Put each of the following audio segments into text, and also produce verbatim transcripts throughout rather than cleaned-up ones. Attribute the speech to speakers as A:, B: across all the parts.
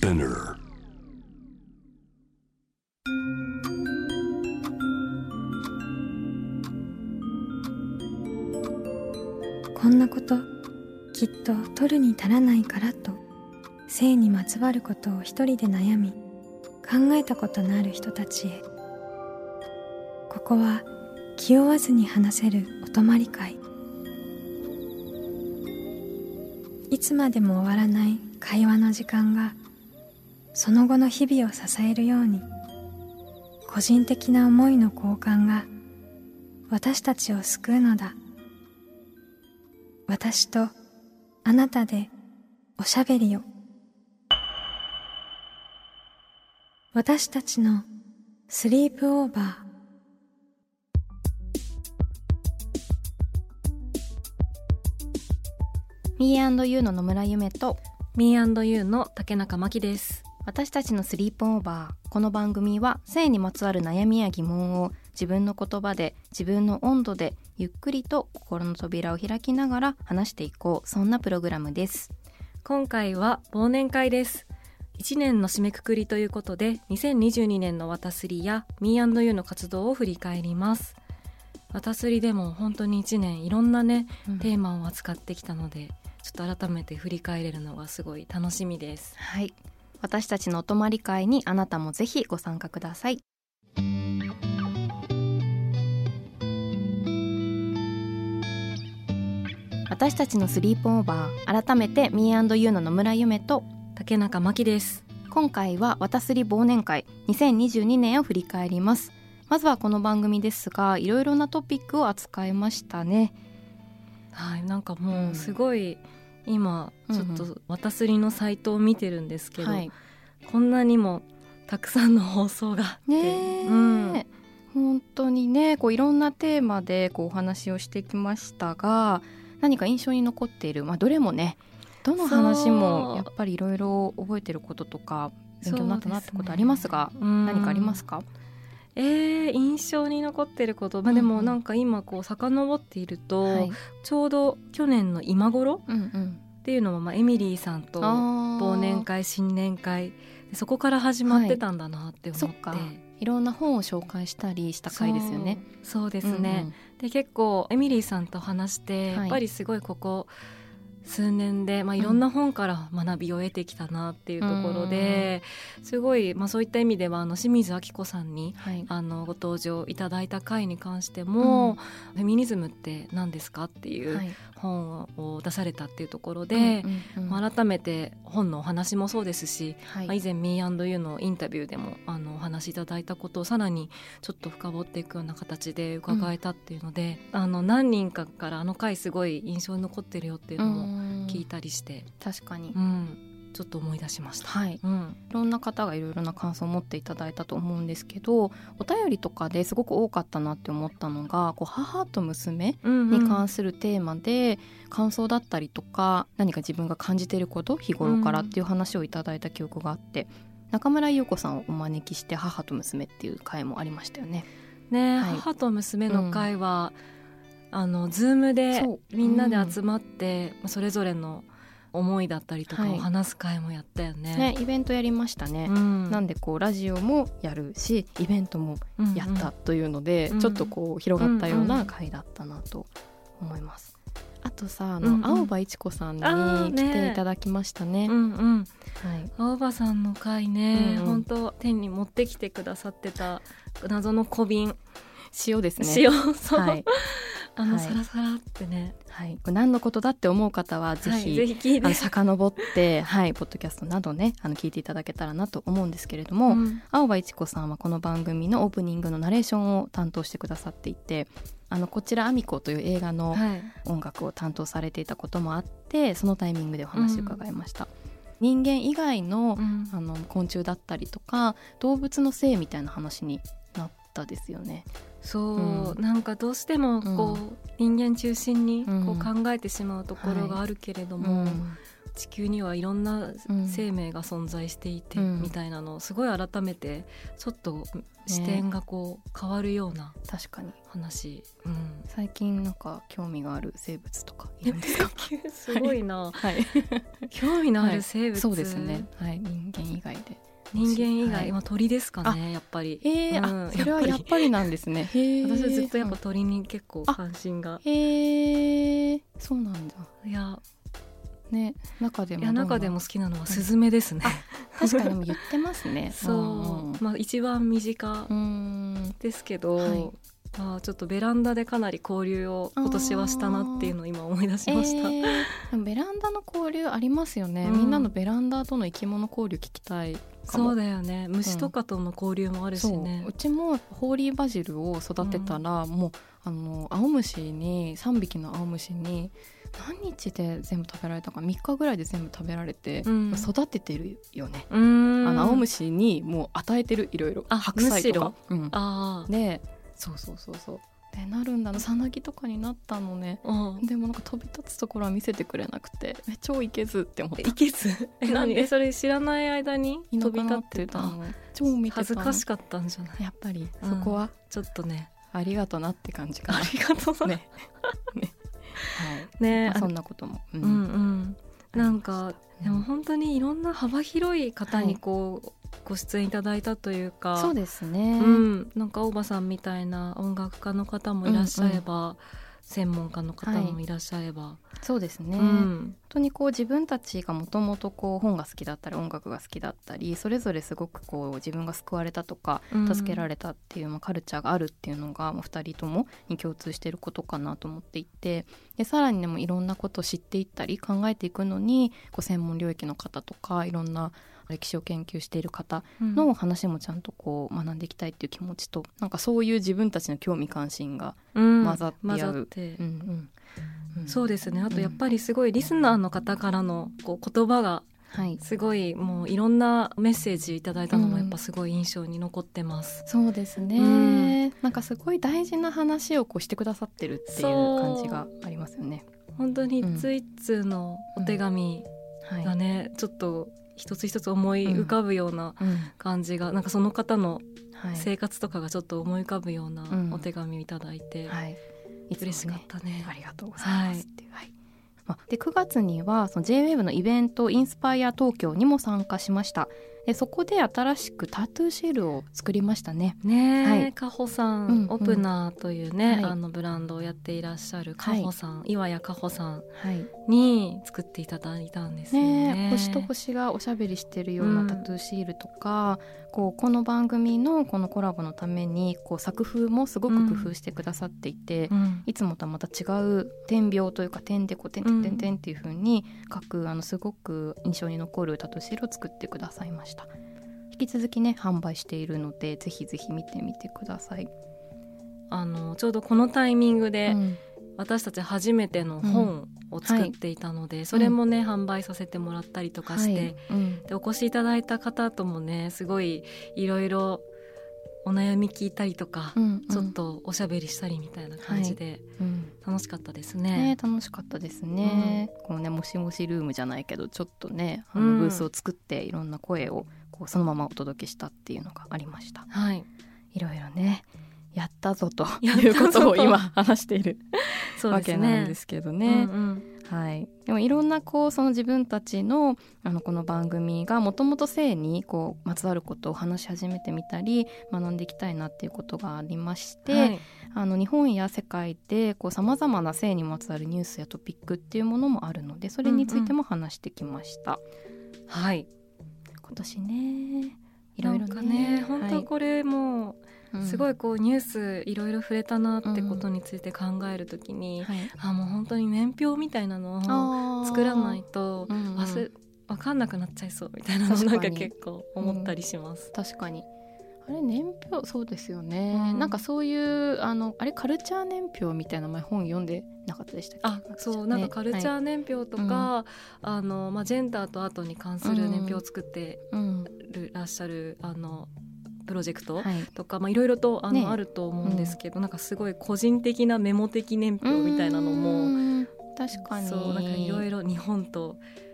A: Spinner。
B: こんなこときっと取るに足らないからと性にまつわることを一人で悩み考えたことのある人たちへ、ここは気負わずに話せるお泊まり会。いつまでも終わらない会話の時間がその後の日々を支えるように、個人的な思いの交換が私たちを救うのだ。私とあなたでおしゃべりを。私たちのスリープオーバー。
C: ミーアンドユー の野村ゆめと
D: ミーアンドユー の竹中真希です。
C: 私たちのスリープオーバー。この番組は性にまつわる悩みや疑問を自分の言葉で自分の温度でゆっくりと心の扉を開きながら話していこう、そんなプログラムです。
D: 今回は忘年会です。いちねんの締めくくりということでにせんにじゅうにねんのわたすりや ミーアンドユー の活動を振り返ります。わたすりでも本当にいちねんいろんなね、うん、テーマを扱ってきたので、ちょっと改めて振り返れるのがすごい楽しみです。
C: はい、私たちのお泊まり会にあなたもぜひご参加ください。私たちのスリープオーバー。改めて ミーアンドユー の野村ゆめと
D: 竹中真希です。
C: 今回はわたすり忘年会にせんにじゅうにねんを振り返ります。まずはこの番組ですが、いろいろなトピックを扱いましたね。
D: はい、なんかもうすごい、うん、今ちょっとわたすりのサイトを見てるんですけど、はい、こんなにもたくさんの放送があって
C: ね、うん、本当にね、こういろんなテーマでこうお話をしてきましたが、何か印象に残っている、まあ、どれもね、どの話もやっぱりいろいろ覚えてることとか勉強になったなってことありますが、す、ね、何かありますか？
D: えー、印象に残ってること、まあ、でもなんか今こう遡っていると、はい、ちょうど去年の今頃っていうのも、まあ、エミリーさんと忘年会新年会で、そこから始まってたんだなって思って、はい、そっか、
C: いろんな本を紹介したりした回ですよね。
D: そう、そうですね、うんうん、で結構エミリーさんと話して、はい、やっぱりすごいここ数年で、まあ、いろんな本から学びを得てきたなっていうところで、うん、すごい、まあ、そういった意味ではあの清水明子さんに、はい、あのご登場いただいた回に関しても、うん、フェミニズムって何ですかっていう本を出されたっていうところで、うんうんうん、まあ、改めて本のお話もそうですし、はい、まあ、以前 ミーアンドユー のインタビューでもあのお話しいただいたことをさらにちょっと深掘っていくような形で伺えたっていうので、うん、あの何人かからあの回すごい印象に残ってるよっていうのも聞いたりして、
C: 確かに、
D: うん、ちょっと思い出しました。
C: はい、うん、いろんな方がいろいろな感想を持っていただいたと思うんですけど、お便りとかですごく多かったなって思ったのが、こう母と娘に関するテーマで感想だったりとか、何か自分が感じていること日頃からっていう話をいただいた記憶があって、中村優子さんをお招きして母と娘っていう回もありましたよね。
D: ね、
C: はい、
D: 母と娘の回は、うん、あのズームでみんなで集まって、うん、それぞれの思いだったりとかを話す会もやったよね。
C: ね、イベントやりましたね、うん、なんでこうラジオもやるしイベントもやったというので、うんうん、ちょっとこう広がったような会だったなと思います。あとさ、あの、うんうん、青葉一子さんに来ていただきましたね。
D: うんうん、はい、青葉さんの会ね、うんうん、本当手に持ってきてくださってた謎の小瓶
C: 塩ですね。
D: 塩、そう、はい、あの、
C: はい、
D: サラサラってね、
C: はい、これ何のことだって思う方はぜひ、はい、ぜひ聞いて、あの遡って、はい、ポッドキャストなどね、あの聞いていただけたらなと思うんですけれども、うん、青葉一子さんはこの番組のオープニングのナレーションを担当してくださっていて、あのこちらアミコという映画の音楽を担当されていたこともあって、はい、そのタイミングでお話を伺いました、うん、人間以外 の,、うん、あの昆虫だったりとか動物の性みたいな話になったですよね。
D: そう、うん、なんかどうしてもこう、うん、人間中心にこう考えてしまうところがあるけれども、うん、 地球にはいろんな生命が存在していて、うん、みたいなのをすごい改めてちょっと視点がこう変わるような話、
C: 確かに
D: うん、
C: 最近なんか興味がある生物とかいるんですか？
D: すごいな、
C: はい、
D: 興味のある生物、
C: はい、そうですね、はい、人間以外で
D: 人間以外、はい、今鳥ですかね、やっぱり。
C: えーうん、あそれはやっぱりなんですね。へ
D: 私はずっとやっぱ鳥に結構関心が。
C: へえ、そうなんだ。
D: いや
C: ね、中でも
D: いや中でも好きなのはスズメですね。
C: 確かにも言ってますね。
D: そう、うん、まあ一番身近ですけど、はい、あちょっとベランダでかなり交流を今年はしたなっていうのを今思い出しました。え
C: ー、ベランダの交流ありますよね、うん、みんなのベランダとの生き物交流聞きたいかも。
D: そうだよね、虫とかとの交流もあるしね、
C: うん、う, うちもホーリーバジルを育てたら、うん、もうあの青虫にさんびきの青虫に何日で全部食べられたかみっかぐらいで全部食べられて、うん、育ててるよね。あの青虫にもう与えてる、いろいろ白菜とか、うん、あでそうそうそうそうでなるんだな、さなぎとかになったのね、うん、でもなんか飛び立つところは見せてくれなくてえ超いけずって思った。
D: いけずえなんでそれ知らない間に飛び立ってたの？
C: 超見てたの。
D: 恥ずかしかったんじゃない？
C: やっぱりそこは、うん、
D: ちょっとね
C: ありがとなって感じかな。
D: ありがとうね
C: ねはい
D: ね、
C: まあ、そんなことも、
D: うんうん、なんかでも本当にいろんな幅広い方にこう、はい、ご出演いただいたというか。
C: そうですね、
D: うん、なんか大場さんみたいな音楽家の方もいらっしゃれば、うんうん、専門家の方もいらっしゃれば、はい、
C: そうですね、うん、本当にこう自分たちがもともと本が好きだったり音楽が好きだったりそれぞれすごくこう自分が救われたとか、うん、助けられたっていう、まあ、カルチャーがあるっていうのが、まあ、ふたりともに共通していることかなと思っていて、でさらにでもいろんなことを知っていったり考えていくのにこう専門領域の方とかいろんな歴史を研究している方の話もちゃんとこう学んでいきたいっていう気持ちと、なんかそういう自分たちの興味関心が混ざって合う、うん、混ざって、うんうん
D: うん、そうですね。あとやっぱりすごいリスナーの方からのこう言葉がすごいもういろんなメッセージいただいたのもやっぱすごい印象に残ってます、
C: うん、そうですね、うん、なんかすごい大事な話をこうしてくださってるっていう感じがありますよね。
D: 本当に一通一通のお手紙がね、うんはい、ちょっと一つ一つ思い浮かぶような感じが、うん、なんかその方の生活とかがちょっと思い浮かぶようなお手紙をいただいて、うんはい、嬉しかったね、ね
C: ありがとうございますっていう、はいはいま、でくがつにはその ジェイウェーブ のイベントインスパイア東京にも参加しました。でそこで新しくタトゥーシールを作りましたね。
D: ね、はい、かほさん、うんうん、オプナーというね、はい、あのブランドをやっていらっしゃるかほさん、はい、岩谷かほさんに作っていただいたんですね。
C: ね、星と星がおしゃべりしてるようなタトゥーシールとか、うん、こうこの番組のこのコラボのためにこう作風もすごく工夫してくださっていて、うん、いつもとはまた違う点描というか点でこう点点点点っていう風に書く、あのすごく印象に残るタトゥーシールを作ってくださいました。引き続きね販売しているのでぜひぜひ見てみてください。
D: あのちょうどこのタイミングで、うん、私たち初めての本を作っていたので、うんはい、それもね、うん、販売させてもらったりとかして、はいうん、でお越しいただいた方ともねすごいいろいろお悩み聞いたりとか、うんうん、ちょっとおしゃべりしたりみたいな感じで、はいうん、楽しかったですね。
C: ね楽しかったですね、うん、このねもしもしルームじゃないけどちょっとねあのブースを作っていろんな声をこうそのままお届けしたっていうのがありました、はい、いろいろねやったぞということを今話しているわけなんですけどね、うんうんはい、でもいろんなこうその自分たち の, あのこの番組がもともと性にこうまつわることを話し始めてみたり学んでいきたいなっていうことがありまして、はい、あの日本や世界でさまざまな性にまつわるニュースやトピックっていうものもあるのでそれについても話してきました、
D: うんうん、はい
C: 今年ねいろいろね
D: なんかね本当これもう、はい、すごいこうニュースいろいろ触れたなってことについて考えるときに、うんはい、あもう本当に年表みたいなのを作らないと忘れ、分かんなくなっちゃいそうみたいなのなんか結構思ったりします、
C: うん、確かにあれ年表そうですよね、うん、なんかそういうあのあれカルチャー年表みたいな前本読んでなかったでしたっけ。
D: あそうなんかカルチャー年表とか、はいあのまあ、ジェンダーとアートに関する年表を作ってる、らっしゃるあのプロジェクトとか、はいまあ、いろいろとあの、ね、あると思うんですけど、うん、なんかすごい個人的なメモ的年表みたいなのも
C: 確かに
D: そうなんかいろいろ日本と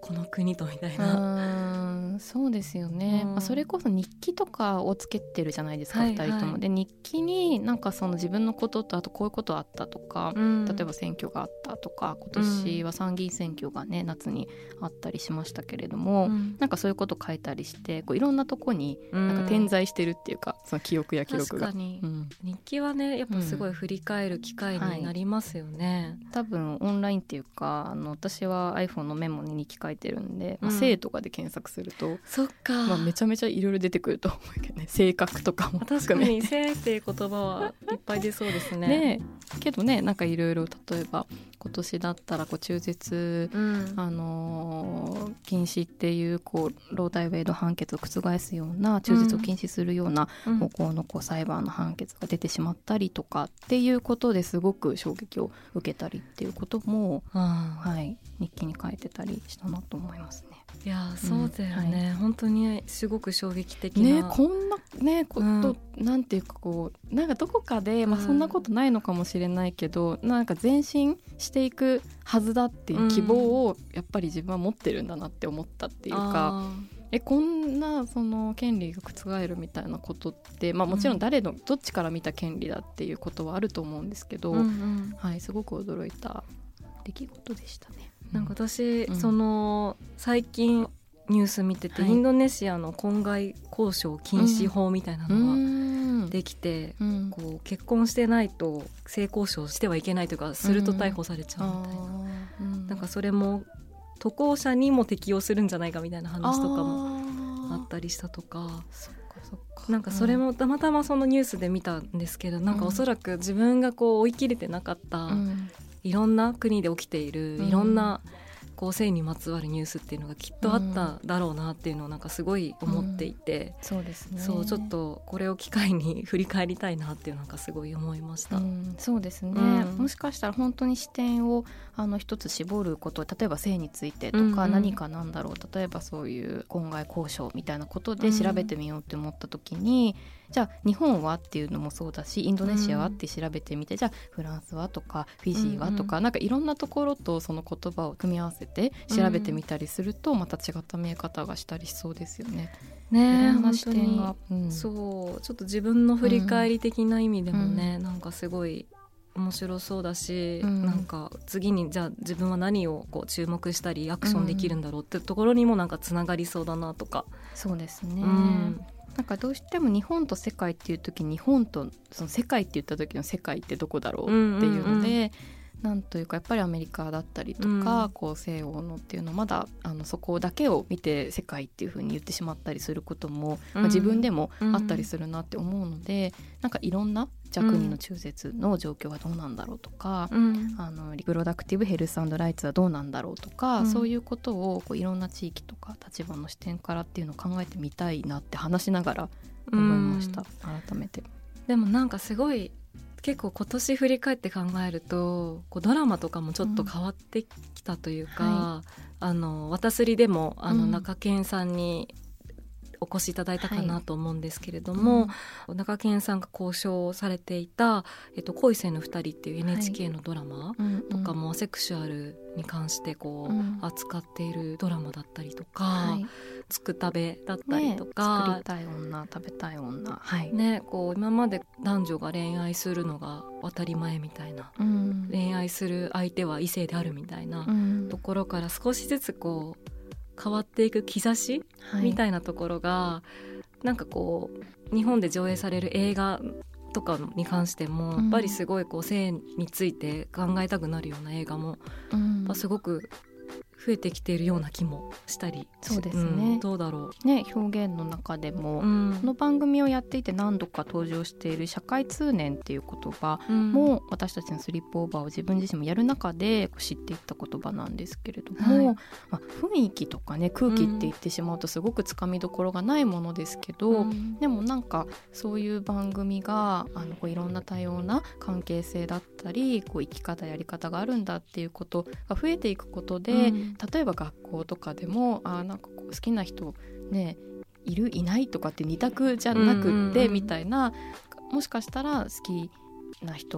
D: この国とみたいな。
C: うん、そうですよね、まあ、それこそ日記とかをつけてるじゃないですか、はいはい、ふたりともで日記になんかその自分のこととあとこういうことあったとか、うん、例えば選挙があったとか今年は参議院選挙がね夏にあったりしましたけれども、うん、なんかそういうこと書いたりしてこういろんなとこになんか点在してるっていうか、うん、その記憶や記録が
D: 確かに、うん、日記はねやっぱすごい振り返る機会になりますよね、
C: うんはい、多分オンラインっていうかあの私は iPhone のメモに日記書いてるんで、まあ、性とかで検索すると、うん、
D: そっか、
C: まあ、めちゃめちゃいろいろ出てくると思うけどね性格とかも
D: 確かに性っていう言葉はいっぱい出そうですね
C: ねけどねなんかいろいろ例えば今年だったらこう中絶、うん、あのー、禁止っていうこうロー対ウェイド判決を覆すような中絶を禁止するような方向のこう裁判の判決が出てしまったりとかっていうことですごく衝撃を受けたりっていうことも、うんはい、日記に書いてたりしたなと思いますね。
D: いやそうだよね、うんはい、本当にすごく衝撃的な、
C: ね、こんな、ね、こと、うん、なんていうかこうなんかどこかで、まあ、そんなことないのかもしれないけど、うん、なんか前進していくはずだっていう希望をやっぱり自分は持ってるんだなって思ったっていうか、うん、えこんなその権利が覆るみたいなことって、まあ、もちろん誰のどっちから見た権利だっていうことはあると思うんですけど、うんうんはい、すごく驚いた出来事でしたね。
D: なんか私、うん、その最近ニュース見てて、はい、インドネシアの婚外交渉禁止法みたいなのができて、うん、こう結婚してないと性交渉してはいけないというかすると逮捕されちゃうみたいな、うん、なんかそれも渡航者にも適用するんじゃないかみたいな話とかもあったりしたとか、そっかそっか、なんかそれもたまたまそのニュースで見たんですけど、うん、なんかおそらく自分がこう追い切れてなかった、うんいろんな国で起きているいろんなこう性にまつわるニュースっていうのがきっとあっただろうなっていうのをなんかすごい思っていて、
C: うん、そうですね、
D: そうちょっとこれを機会に振り返りたいなっていうなんかすごい思いました、
C: うん、そうですね、うん、もしかしたら本当に視点をあの一つ絞ること、例えば性についてとか何かなんだろう、うんうん、例えばそういう婚外交渉みたいなことで調べてみようって思った時に、うん、じゃあ日本はっていうのもそうだしインドネシアはって調べてみて、うん、じゃあフランスはとかフィジーはとか、うんうん、なんかいろんなところとその言葉を組み合わせて調べてみたりすると、また違った見え方がしたりしそうですよね。
D: ねえ、本当に、うん、そうちょっと自分の振り返り的な意味でもね、うん、なんかすごい面白そうだし、うん、なんか次にじゃあ自分は何をこう注目したりアクションできるんだろうってところにもなんかつながりそうだなとか。
C: そうですね、うん、なんかどうしても日本と世界っていう時に日本とその世界って言った時の世界ってどこだろうっていうので、うんうんうん、なんというかやっぱりアメリカだったりとか、うん、こう西欧のっていうのまだあのそこだけを見て世界っていう風に言ってしまったりすることも、うんまあ、自分でもあったりするなって思うので、うん、なんかいろんなじゃあ国の中絶の状況はどうなんだろうとか、うん、あのリプロダクティブヘルス&ライツはどうなんだろうとか、うん、そういうことをこういろんな地域とか立場の視点からっていうのを考えてみたいなって話しながら思いました、うん、改めて。
D: でもなんかすごい結構今年振り返って考えるとこうドラマとかもちょっと変わってきたというか、うんはい、あのわたすりでもあの中堅さんにお越しいただいたかなと思うんですけれども、はいうん、中堅さんが交渉されていた、えっと、恋せぬふたりっていう エヌエイチケー のドラマとかも、はい、セクシュアルに関してこう、うん、扱っているドラマだったりとか、はい、つくたべだったりとか、
C: ね、作りたい女食べたい女、はい
D: ね、こう今まで男女が恋愛するのが当たり前みたいな、うん、恋愛する相手は異性であるみたいなところから少しずつこう変わっていく兆し、はい、みたいなところがなんかこう日本で上映される映画とかに関しても、うん、やっぱりすごいこう性について考えたくなるような映画も、うん、やっぱすごく増えてきているような気もしたり。
C: そうですね、うん、
D: どうだろ
C: う、ね、表現の中でも、うん、この番組をやっていて何度か登場している社会通念っていう言葉も、うん、私たちのスリップオーバーを自分自身もやる中で知っていった言葉なんですけれども、はいまあ、雰囲気とかね空気って言ってしまうとすごくつかみどころがないものですけど、うん、でもなんかそういう番組があのこういろんな多様な関係性だったりこう生き方やり方があるんだっていうことが増えていくことで、うん例えば学校とかでもあなんかこう好きな人、ね、いるいないとかって二択じゃなくってみたいな、もしかしたら好きな人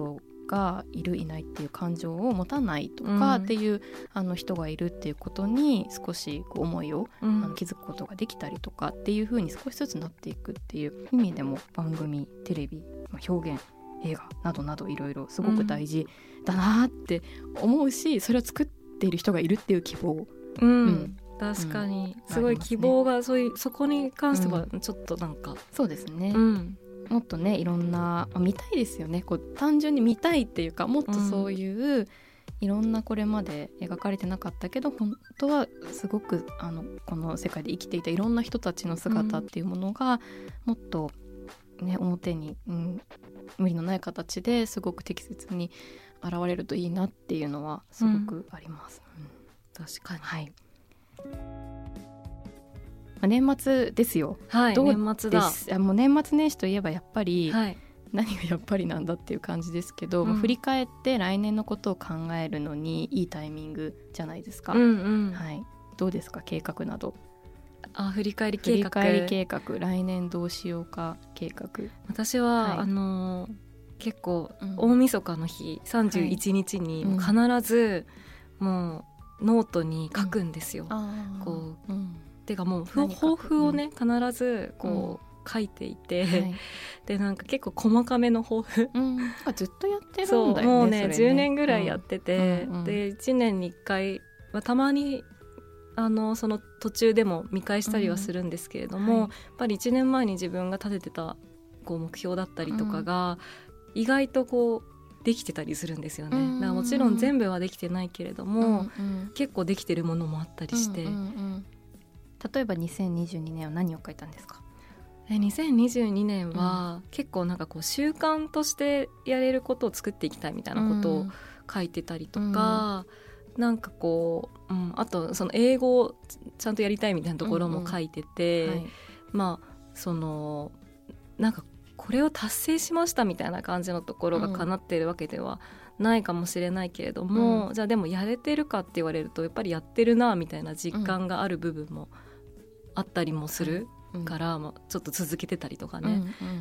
C: がいるいないっていう感情を持たないとかっていう、うん、あの人がいるっていうことに少しこう思いを、うん、あの気づくことができたりとかっていう風に少しずつなっていくっていう意味でも番組、テレビ、表現、映画などなどいろいろすごく大事だなって思うし、それを作っている人がいるっていう希望、
D: うんうん、確かに、うん、すごい希望がそういう、そこに関してはちょっとなんか、うん、
C: そうですね、うん、もっとねいろんな、まあ、見たいですよね。こう単純に見たいっていうか、もっとそういう、うん、いろんなこれまで描かれてなかったけど本当はすごくあのこの世界で生きていたいろんな人たちの姿っていうものが、もっと、ね、表に、うん、無理のない形ですごく適切に現れるといいなっていうのはすごくあります、
D: うん、確かに、
C: はい、年末ですよ。
D: はい、
C: どうです
D: 年末だ。
C: あもう年末年始といえばやっぱり、
D: はい、
C: 何がやっぱりなんだっていう感じですけど、うん、振り返って来年のことを考えるのにいいタイミングじゃないですか、
D: うんうん、
C: はい、どうですか計画など。
D: あ、振り返り計画、
C: 振り返り計画、来年どうしようか計画。
D: 私は、はい、あのー、結構、うん、大晦日の日さんじゅういちにちにもう必ず、うん、もうノートに書くんですよ、うん、こう、うん、てかもう抱負をね、必ずこう、書いていて、はい、でなんか結構細かめの抱負、
C: うん、ずっとやってるんだよね。
D: そうもう ね, ねじゅうねんぐらいやってて、うんうん、でいちねんにいっかい、まあ、たまにあのその途中でも見返したりはするんですけれども、うんはい、やっぱりいちねんまえに自分が立ててたこう目標だったりとかが、うん、意外とこうできてたりするんですよね、うん、だからもちろん全部はできてないけれども、うんうん、結構できてるものもあったりして、うんうんうん、
C: 例えばにせんにじゅうにねんは何を書いたんですか？
D: えにせんにじゅうにねんは、うん、結構なんかこう習慣としてやれることを作っていきたいみたいなことを書いてたりとか、うん、なんかこう、うん、あとその英語をちゃんとやりたいみたいなところも書いてて、うんうんはい、まあそのなんかこれを達成しましたみたいな感じのところが叶っているわけではないかもしれないけれども、うん、じゃあでもやれてるかって言われるとやっぱりやってるなみたいな実感がある部分もあったりもする、うん、から、まあ、ちょっと続けてたりとかね、うんうん、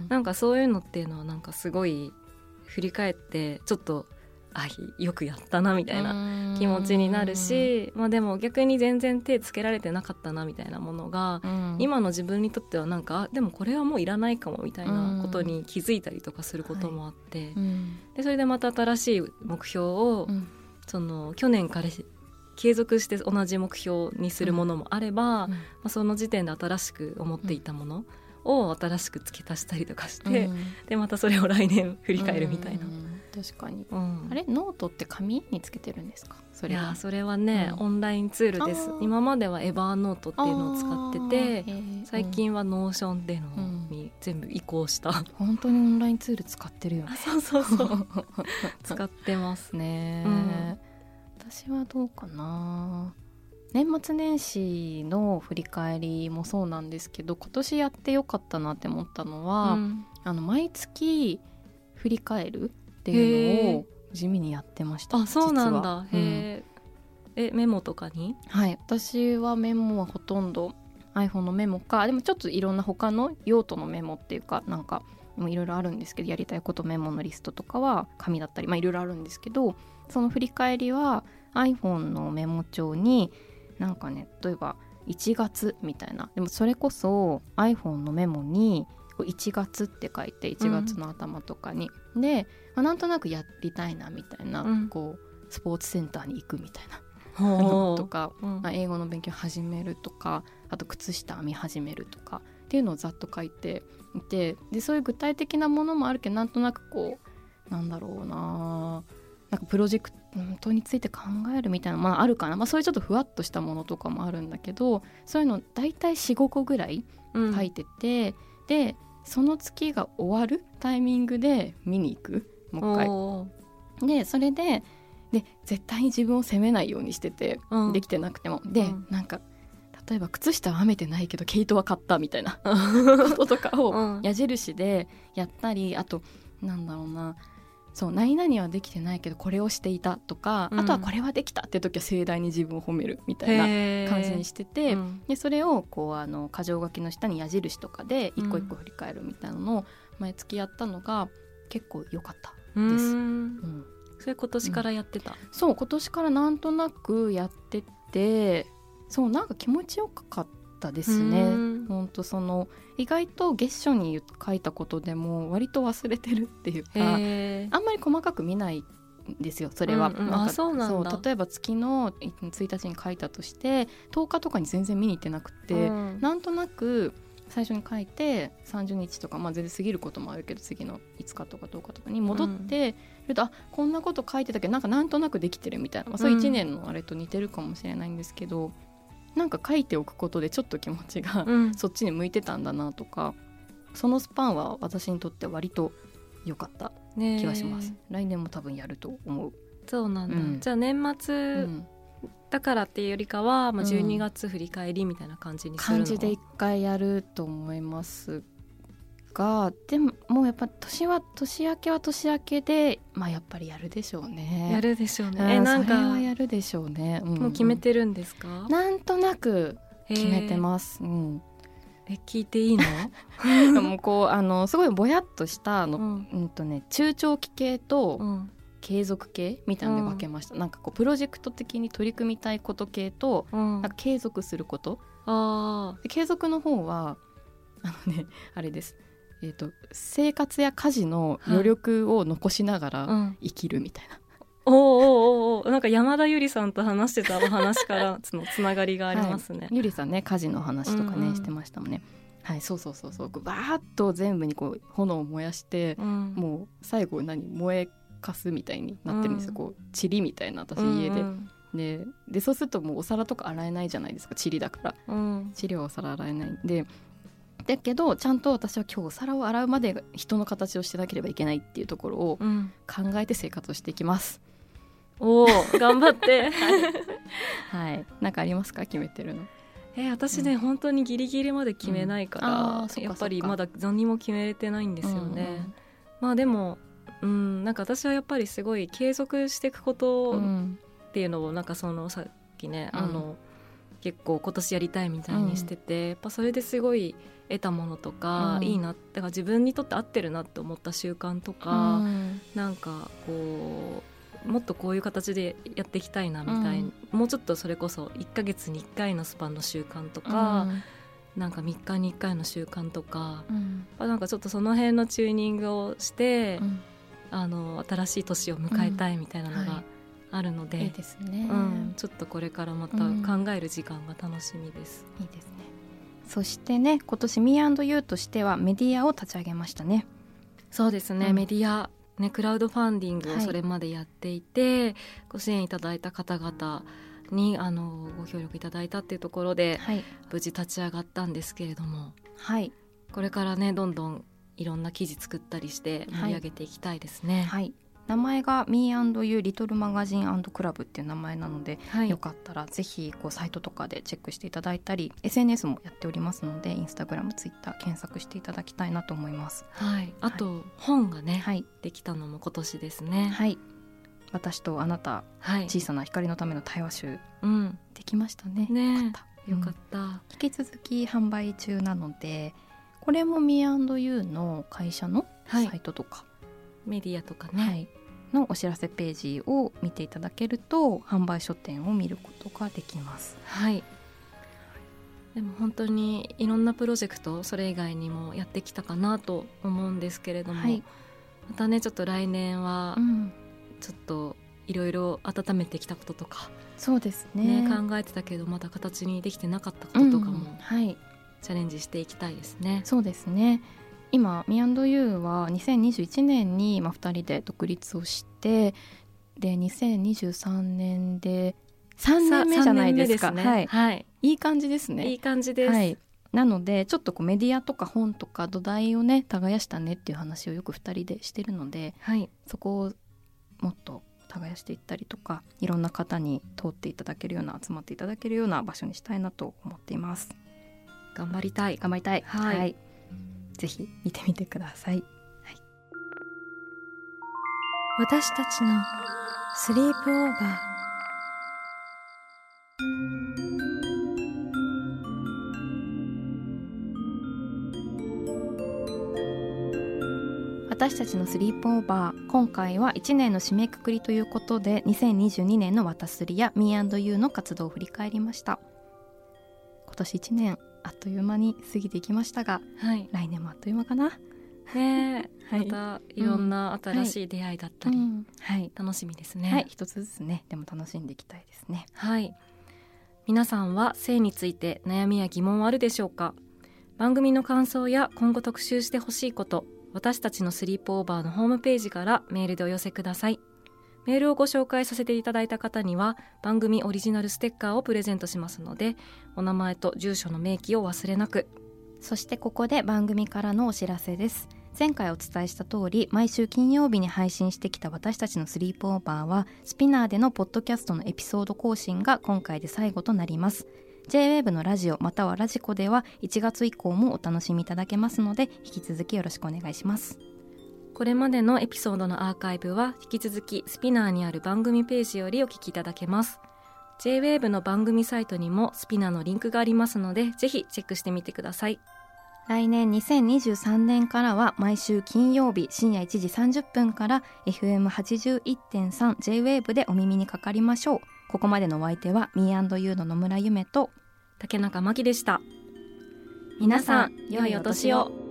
D: なんかそういうのっていうのはなんかすごい振り返ってちょっとあよくやったなみたいな気持ちになるし、まあ、でも逆に全然手つけられてなかったなみたいなものが、うん、今の自分にとってはなんかでもこれはもういらないかもみたいなことに気づいたりとかすることもあって、はいうん、でそれでまた新しい目標を、うん、その去年から継続して同じ目標にするものもあれば、うんまあ、その時点で新しく思っていたものを新しく付け足したりとかして、うん、でまたそれを来年振り返るみたいな、うん、
C: 確かに、うん、あれノートって紙につけてるんですか？それは。
D: いやそれはね、うん、オンラインツールです。今まではエバーノートっていうのを使ってて最近はノーションでのに全部移行した、うん、
C: 本当にオンラインツール使ってるよね。
D: そうそうそう使ってます
C: ね、うん私はどうかな。年末年始の振り返りもそうなんですけど今年やってよかったなって思ったのは、うん、あの毎月振り返るっていうのを地味にやってました。
D: あ、そうなんだ。へー、うん、えメモとかに？
C: はい、私はメモはほとんど iPhone のメモか、でもちょっといろんな他の用途のメモっていうかなんかいろいろあるんですけど、やりたいことメモのリストとかは紙だったり、まあいろいろあるんですけど、その振り返りは iPhone のメモ帳になんかね、例えばいちがつみたいな、でもそれこそ iPhone のメモにいちがつって書いていちがつの頭とかに、うん、で、まあ、なんとなくやりたいなみたいな、うん、こうスポーツセンターに行くみたいなとか、うんまあ、英語の勉強始めるとか、あと靴下編み始めるとかっていうのをざっと書いていて、でそういう具体的なものもあるけど、なんとなくこうなんだろうな、なんかプロジェクトについて考えるみたいな、まああるかな、まあ、そういうちょっとふわっとしたものとかもあるんだけど、そういうのだいたい よん,ご 個ぐらい書いてて、うん、でその月が終わるタイミングで見に行く、もう一回で、それでで絶対に自分を責めないようにしてて、うん、できてなくてもで、うん、なんか例えば靴下は編めてないけど毛糸は買ったみたいなこととかを矢印でやったり、あとなんだろうな、そう何々はできてないけどこれをしていたとか、うん、あとはこれはできたって時は盛大に自分を褒めるみたいな感じにしてて、うん、でそれをこうあの箇条書きの下に矢印とかで一個一個振り返るみたいなのを毎月やったのが結構良かった
D: うん、うんそれ今年からやってた、うん、
C: そう今年からなんとなくやっててそうなんか気持ちよかったですね。ほんとその意外と月初に書いたことでも割と忘れてるっていうかあんまり細かく見ないんですよそれは、うんうん、なんかそうなんだそう例えば月のついたちに書いたとしてとおかとかに全然見に行ってなくて、うん、なんとなく最初に書いてさんじゅうにちとか、まあ、全然過ぎることもあるけど次のいつかとかどうかとかに戻ってると、うん、あこんなこと書いてたけどなんかなんとなくできてるみたいな、まあ、そういういちねんのあれと似てるかもしれないんですけど、うん、なんか書いておくことでちょっと気持ちが、うん、そっちに向いてたんだなとかそのスパンは私にとって割と良かった気がします。来年も多分やると思う。
D: そうなんだ、うん、じゃあ年末、うんだからっていうよりかは、まあ、じゅうにがつ振り返りみたいな感じにするの、
C: 感じで一回やると思いますがでももうやっぱ年は年明けは年明けで、まあ、やっぱりやるでしょうね
D: やるでしょうね、
C: うん、えなんかそれはやるでしょうね、
D: うんうん、もう決めてるんですか？
C: なんとなく決めてます、うん、
D: え聞いていいの？
C: もうこうあのすごいぼやっとしたあの、うんうんとね、中長期系と、うん継続系みたいなので分けました、うん、なんかこうプロジェクト的に取り組みたいこと系と、うん、なんか継続すること、あで継続の方はあのねあれです、えーと、生活や家事の余力を残しながら生きるみたいな、
D: うん、おおおおなんか山田ゆりさんと話してたお話からつのつながりがありますね、はい、
C: ゆりさんね家事の話とかね、うんうん、してましたもんね。はい、そうそうそうそうバーッと全部にこう炎を燃やして、うん、もう最後何燃えかすみたいになってるんですよ、うん、こう塵みたいな私家で、うんうん、で, でそうするともうお皿とか洗えないじゃないですか塵だから、うん、塵はお皿洗えないんでだけどちゃんと私は今日お皿を洗うまで人の形をしてなければいけないっていうところを考えて生活をしていきます、
D: うん、おー頑張って
C: はい、なんかありますか決めてるの？
D: えー、私ね、うん、本当にギリギリまで決めないから、うん、やっぱりまだ何も決めれてないんですよね、うんうん、まあでもうん、なんか私はやっぱりすごい継続していくことっていうのをなんかそのさっきね、うん、あの結構今年やりたいみたいにしてて、うん、やっぱそれですごい得たものとか、うん、いいなだから自分にとって合ってるなって思った習慣とか、うん、なんかこうもっとこういう形でやっていきたいなみたいな、うん、もうちょっとそれこそいっかげつにいっかいのスパンの習慣とか、うんなんかみっかにいっかいの習慣とか、うん、なんかちょっとその辺のチューニングをして、うんあの新しい年を迎えたいみたいなのがあるので、うんはい、いいですね、うん、ちょっとこれからまた考える時間が楽しみです、
C: うん、いいですね。そしてね今年 ミーアンドユー としてはメディアを立ち上げましたね。
D: そうですね、うん、メディア、ね、クラウドファンディングをそれまでやっていて、はい、ご支援いただいた方々にあのご協力いただいたっていうところで、はい、無事立ち上がったんですけれども、はい、これからねどんどんいろんな記事作ったりして盛り上げていきたいですね、はい
C: はい、名前が ミーアンドユー リトルマガジン&クラブっていう名前なので、はい、よかったらぜひこうサイトとかでチェックしていただいたり エスエヌエス もやっておりますのでインスタグラム、ツイッター検索していただきたいなと思います、
D: はい、あと、はい、本がね、はい、できたのも今年ですね。
C: はい、私とあなた、はい、小さな光のための対話集、うん、できましたね。
D: ねよかった、よかった、うん、
C: 引き続き販売中なのでこれも ミーアンドユー の会社のサイトとか、はい、
D: メディアとかね、はい、
C: のお知らせページを見ていただけると販売書店を見ることができます。
D: はい、でも本当にいろんなプロジェクトそれ以外にもやってきたかなと思うんですけれども、はい、またねちょっと来年はちょっといろいろ温めてきたこととか、
C: そうですね、
D: ね考えてたけどまだ形にできてなかったこととかも、うんはいチャレンジしていきたいですね。
C: そうですね。今 ミーアンドユー はにせんにじゅういちねんにまあふたりで独立をしてでにせんにじゅうさんねんでさんねんめじゃないですか。ですね、はいはい、いい感じですね。
D: いい感じです、はい、
C: なのでちょっとこうメディアとか本とか土台をね耕したねっていう話をよくふたりでしてるので、はい、そこをもっと耕していったりとかいろんな方に通っていただけるような集まっていただけるような場所にしたいなと思っています。
D: 頑張りたい
C: 頑張りたい、はいはい、ぜひ見てみてください、はい、
B: 私たちのスリープオーバー。
C: 私たちのスリープオーバー、今回はいちねんの締めくくりということでにせんにじゅうにねんのわたすりや ミーアンドユー の活動を振り返りました。今年いちねんあっという間に過ぎていきましたが、はい、来年もあっという間かな
D: ねえ、はい、またいろんな新しい出会いだったり、うんはい、楽しみですね。
C: はい、一つずつね、でも楽しんでいきたいですね。
D: はい、皆さんは性について悩みや疑問はあるでしょうか。番組の感想や今後特集してほしいこと、私たちのスリープオーバーのホームページからメールでお寄せください。メールをご紹介させていただいた方には番組オリジナルステッカーをプレゼントしますので、お名前と住所の明記を忘れなく。
C: そしてここで番組からのお知らせです。前回お伝えした通り、毎週金曜日に配信してきた私たちのスリープオーバーはスピナーでのポッドキャストのエピソード更新が今回で最後となります。 ジェイウェーブ のラジオまたはラジコではいちがつ以降もお楽しみいただけますので、引き続きよろしくお願いします。
D: これまでのエピソードのアーカイブは引き続きスピナーにある番組ページよりお聞きいただけます。 ジェイウェーブ の番組サイトにもスピナーのリンクがありますので、ぜひチェックしてみてください。
C: 来年にせんにじゅうさんねんからは毎週金曜日深夜いちじさんじゅっぷんから エフエムはちじゅういってんさん ジェイウェーブ でお耳にかかりましょう。ここまでのお相手は ミーアンドユー の野村ゆめと
D: 竹中真希でした。皆さん良いお年を。